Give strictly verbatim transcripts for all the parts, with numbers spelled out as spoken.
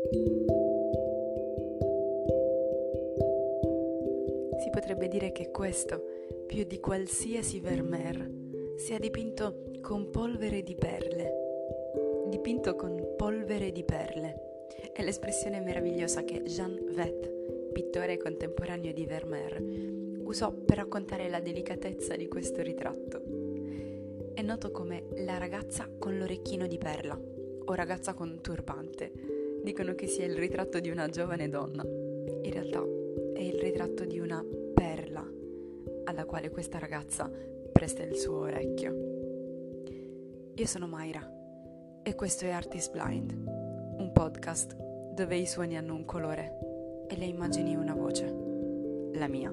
Si potrebbe dire che questo, più di qualsiasi Vermeer, sia dipinto con polvere di perle. Dipinto con polvere di perle. È l'espressione meravigliosa che Jean Veth, pittore contemporaneo di Vermeer, usò per raccontare la delicatezza di questo ritratto. È noto come la ragazza con l'orecchino di perla o ragazza con un turbante. Dicono che sia il ritratto di una giovane donna. In realtà è il ritratto di una perla alla quale questa ragazza presta il suo orecchio. Io sono Mayra e questo è Artist Blind, un podcast dove i suoni hanno un colore e le immagini una voce, la mia.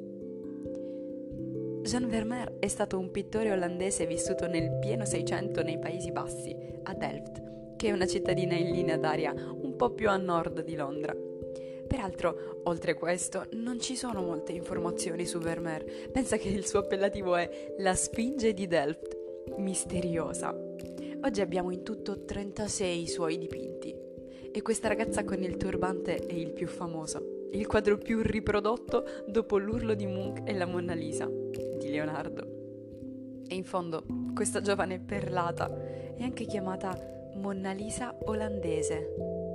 Jan Vermeer è stato un pittore olandese vissuto nel pieno Seicento nei Paesi Bassi, a Delft, che è una cittadina in linea d'aria un po' più a nord di Londra. Peraltro, oltre questo, non ci sono molte informazioni su Vermeer. Pensa che il suo appellativo è la Sfinge di Delft, misteriosa. Oggi abbiamo in tutto trentasei suoi dipinti e questa ragazza con il turbante è il più famoso, il quadro più riprodotto dopo l'Urlo di Munch e la Monna Lisa di Leonardo. E in fondo, questa giovane perlata è anche chiamata Monna Lisa olandese.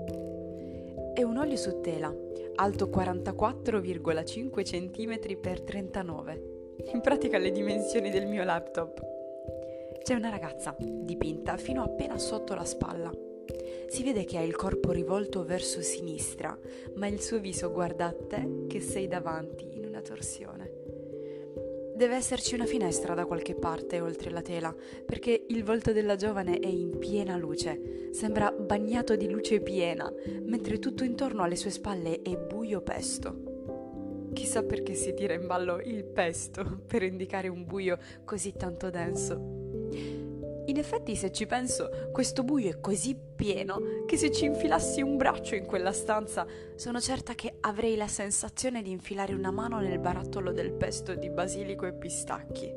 È un olio su tela, alto quarantaquattro virgola cinque centimetri per trentanove, in pratica le dimensioni del mio laptop. C'è una ragazza dipinta fino appena sotto la spalla. Si vede che ha il corpo rivolto verso sinistra, ma il suo viso guarda a te che sei davanti in una torsione. Deve esserci una finestra da qualche parte oltre la tela, perché il volto della giovane è in piena luce, sembra bagnato di luce piena, mentre tutto intorno alle sue spalle è buio pesto. Chissà perché si tira in ballo il pesto per indicare un buio così tanto denso. In effetti, se ci penso, questo buio è così pieno che se ci infilassi un braccio in quella stanza, sono certa che avrei la sensazione di infilare una mano nel barattolo del pesto di basilico e pistacchi.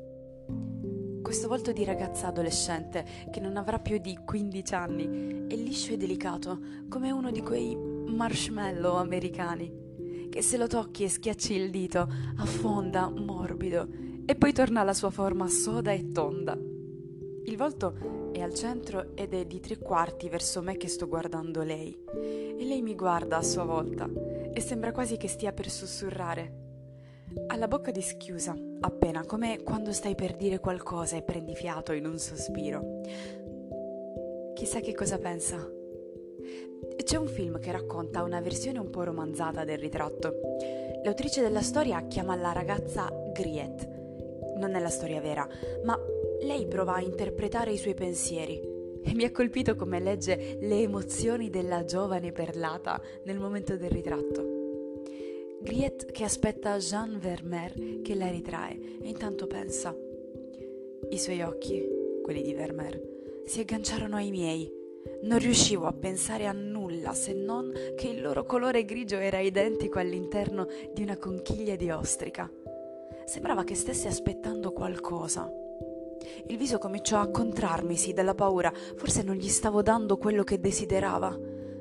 Questo volto di ragazza adolescente, che non avrà più di quindici anni, è liscio e delicato, come uno di quei marshmallow americani, che se lo tocchi e schiacci il dito, affonda morbido, e poi torna alla sua forma soda e tonda. Il volto è al centro ed è di tre quarti verso me che sto guardando lei, e lei mi guarda a sua volta e sembra quasi che stia per sussurrare. Ha la bocca dischiusa, appena, come quando stai per dire qualcosa e prendi fiato in un sospiro. Chissà che cosa pensa. C'è un film che racconta una versione un po' romanzata del ritratto. L'autrice della storia chiama la ragazza Griet. Non è la storia vera, ma lei prova a interpretare i suoi pensieri e mi ha colpito come legge le emozioni della giovane perlata nel momento del ritratto. Griet che aspetta Jan Vermeer che la ritrae e intanto pensa. I suoi occhi, quelli di Vermeer, si agganciarono ai miei. Non riuscivo a pensare a nulla se non che il loro colore grigio era identico all'interno di una conchiglia di ostrica. Sembrava che stesse aspettando qualcosa. Il viso cominciò a contrarmisi dalla paura, forse non gli stavo dando quello che desiderava.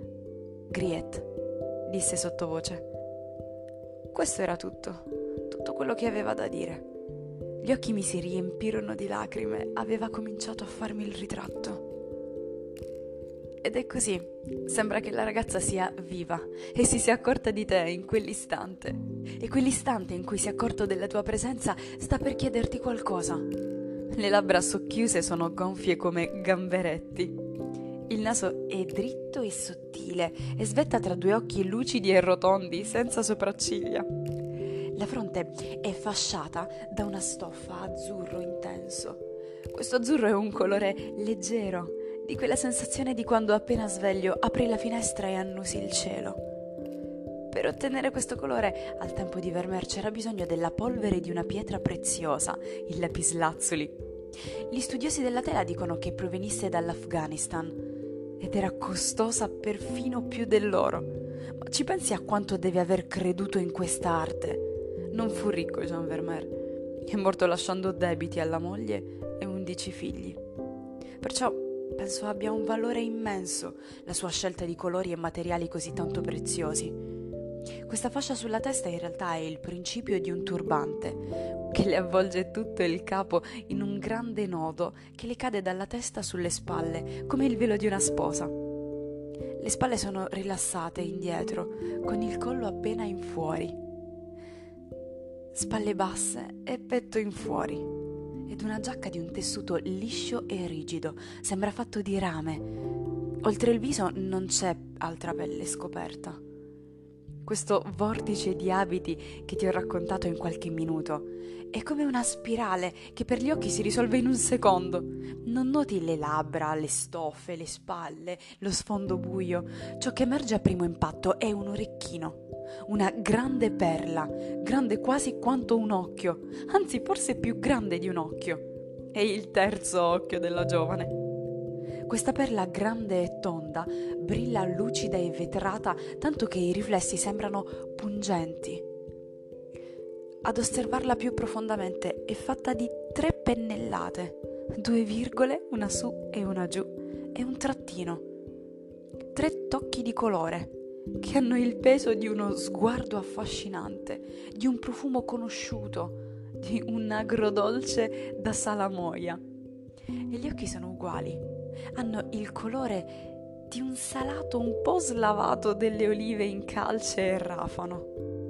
Griet, disse sottovoce. Questo era tutto, tutto quello che aveva da dire. Gli occhi mi si riempirono di lacrime, aveva cominciato a farmi il ritratto. Ed è così, sembra che la ragazza sia viva e si sia accorta di te in quell'istante. E quell'istante in cui si è accorto della tua presenza sta per chiederti qualcosa. Le labbra socchiuse sono gonfie come gamberetti. Il naso è dritto e sottile e svetta tra due occhi lucidi e rotondi, senza sopracciglia. La fronte è fasciata da una stoffa azzurro intenso. Questo azzurro è un colore leggero, di quella sensazione di quando appena sveglio apri la finestra e annusi il cielo. Per ottenere questo colore, al tempo di Vermeer c'era bisogno della polvere di una pietra preziosa, il lapislazzuli. Gli studiosi della tela dicono che provenisse dall'Afghanistan ed era costosa perfino più dell'oro. Ma ci pensi a quanto deve aver creduto in questa arte? Non fu ricco Jean Vermeer. È morto lasciando debiti alla moglie e undici figli. Perciò penso abbia un valore immenso la sua scelta di colori e materiali così tanto preziosi. Questa fascia sulla testa in realtà è il principio di un turbante che le avvolge tutto il capo in un grande nodo che le cade dalla testa sulle spalle, come il velo di una sposa. Le spalle sono rilassate indietro, con il collo appena in fuori. Spalle basse e petto in fuori. Ed una giacca di un tessuto liscio e rigido, sembra fatto di rame. Oltre il viso non c'è altra pelle scoperta. Questo vortice di abiti che ti ho raccontato in qualche minuto è come una spirale che per gli occhi si risolve in un secondo. Non noti le labbra, le stoffe, le spalle, lo sfondo buio. Ciò che emerge a primo impatto è un orecchino, una grande perla, grande quasi quanto un occhio, anzi forse più grande di un occhio. È il terzo occhio della giovane. Questa perla grande e tonda brilla lucida e vetrata, tanto che i riflessi sembrano pungenti. Ad osservarla più profondamente è fatta di tre pennellate, due virgole, una su e una giù, e un trattino. Tre tocchi di colore che hanno il peso di uno sguardo affascinante, di un profumo conosciuto, di un agrodolce da salamoia. E gli occhi sono uguali. Hanno il colore di un salato un po' slavato delle olive in calce e rafano.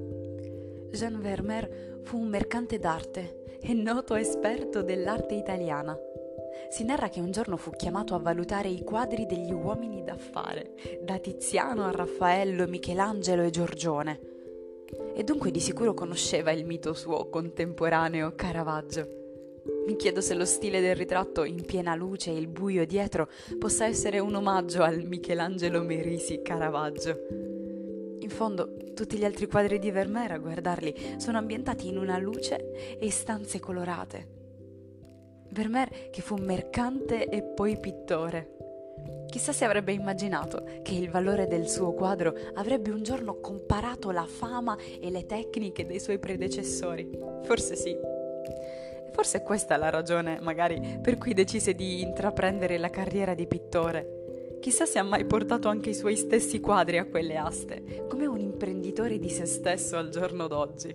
Jean Vermeer fu un mercante d'arte e noto esperto dell'arte italiana. Si narra che un giorno fu chiamato a valutare i quadri degli uomini d'affare, da Tiziano a Raffaello, Michelangelo e Giorgione. E dunque di sicuro conosceva il mito suo contemporaneo Caravaggio. Mi chiedo se lo stile del ritratto in piena luce e il buio dietro possa essere un omaggio al Michelangelo Merisi Caravaggio. In fondo, tutti gli altri quadri di Vermeer, a guardarli, sono ambientati in una luce e stanze colorate. Vermeer che fu mercante e poi pittore. Chissà se avrebbe immaginato che il valore del suo quadro avrebbe un giorno comparato la fama e le tecniche dei suoi predecessori. Forse sì. Forse è questa la ragione, magari, per cui decise di intraprendere la carriera di pittore. Chissà se ha mai portato anche i suoi stessi quadri a quelle aste, come un imprenditore di se stesso al giorno d'oggi.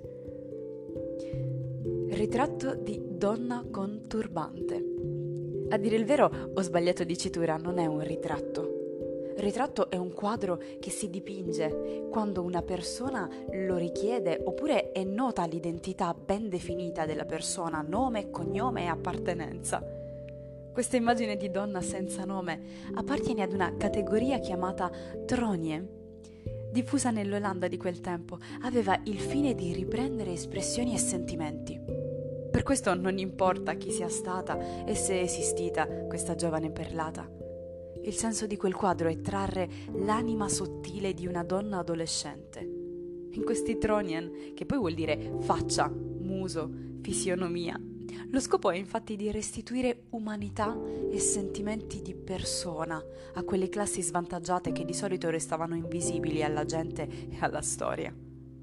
Ritratto di donna con turbante. A dire il vero, ho sbagliato dicitura, non è un ritratto. Ritratto è un quadro che si dipinge quando una persona lo richiede oppure è nota l'identità ben definita della persona, nome, cognome e appartenenza. Questa immagine di donna senza nome appartiene ad una categoria chiamata tronie, diffusa nell'Olanda di quel tempo. Aveva il fine di riprendere espressioni e sentimenti. Per questo non importa chi sia stata e se è esistita questa giovane perlata. Il senso di quel quadro è trarre l'anima sottile di una donna adolescente. In questi Tronien, che poi vuol dire faccia, muso, fisionomia, lo scopo è infatti di restituire umanità e sentimenti di persona a quelle classi svantaggiate che di solito restavano invisibili alla gente e alla storia.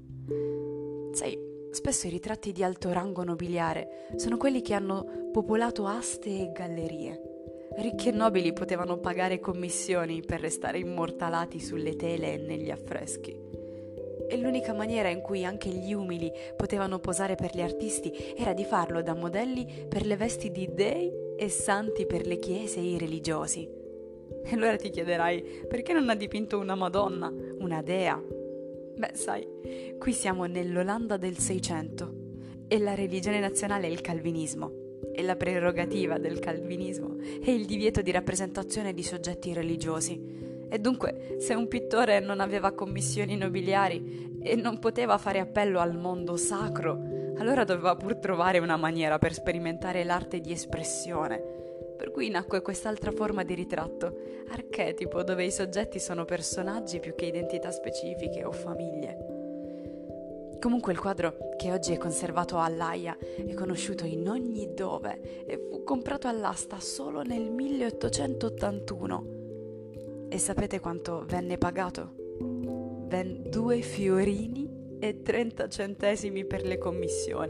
Sai, spesso i ritratti di alto rango nobiliare sono quelli che hanno popolato aste e gallerie. Ricchi e nobili potevano pagare commissioni per restare immortalati sulle tele e negli affreschi. E l'unica maniera in cui anche gli umili potevano posare per gli artisti era di farlo da modelli per le vesti di dei e santi per le chiese e i religiosi. E allora ti chiederai, perché non ha dipinto una Madonna, una dea? Beh, sai, qui siamo nell'Olanda del Seicento e la religione nazionale è il calvinismo. E la prerogativa del calvinismo è il divieto di rappresentazione di soggetti religiosi. E dunque, se un pittore non aveva commissioni nobiliari e non poteva fare appello al mondo sacro, allora doveva pur trovare una maniera per sperimentare l'arte di espressione. Per cui nacque quest'altra forma di ritratto, archetipo, dove i soggetti sono personaggi più che identità specifiche o famiglie. Comunque il quadro, che oggi è conservato all'Aia, è conosciuto in ogni dove e fu comprato all'asta solo nel milleottocentottantuno. E sapete quanto venne pagato? Ben due fiorini e trenta centesimi per le commissioni.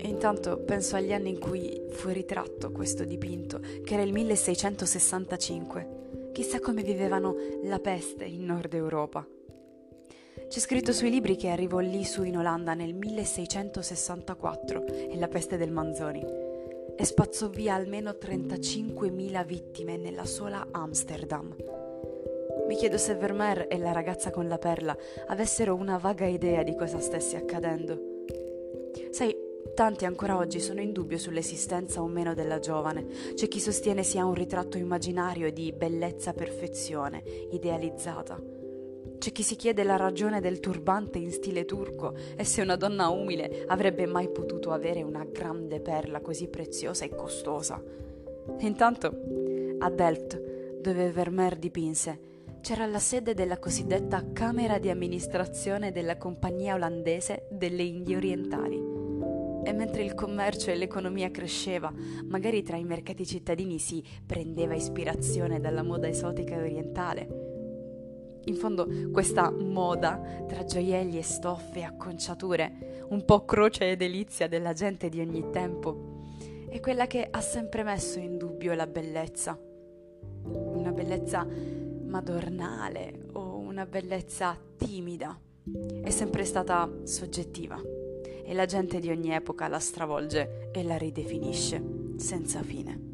E intanto penso agli anni in cui fu ritratto questo dipinto, che era il milleseicentosessantacinque. Chissà come vivevano la peste in Nord Europa. C'è scritto sui libri che arrivò lì su in Olanda nel milleseicentosessantaquattro, e la peste del Manzoni, e spazzò via almeno trentacinquemila vittime nella sola Amsterdam. Mi chiedo se Vermeer e la ragazza con la perla avessero una vaga idea di cosa stesse accadendo. Sai, tanti ancora oggi sono in dubbio sull'esistenza o meno della giovane. C'è chi sostiene sia un ritratto immaginario di bellezza perfezione, idealizzata. C'è chi si chiede la ragione del turbante in stile turco e se una donna umile avrebbe mai potuto avere una grande perla così preziosa e costosa. Intanto, a Delft, dove Vermeer dipinse, c'era la sede della cosiddetta Camera di amministrazione della Compagnia olandese delle Indie Orientali. E mentre il commercio e l'economia cresceva, magari tra i mercati cittadini si prendeva ispirazione dalla moda esotica e orientale. In fondo, questa moda tra gioielli e stoffe e acconciature, un po' croce e delizia della gente di ogni tempo, è quella che ha sempre messo in dubbio la bellezza. Una bellezza madornale o una bellezza timida. È sempre stata soggettiva e la gente di ogni epoca la stravolge e la ridefinisce senza fine.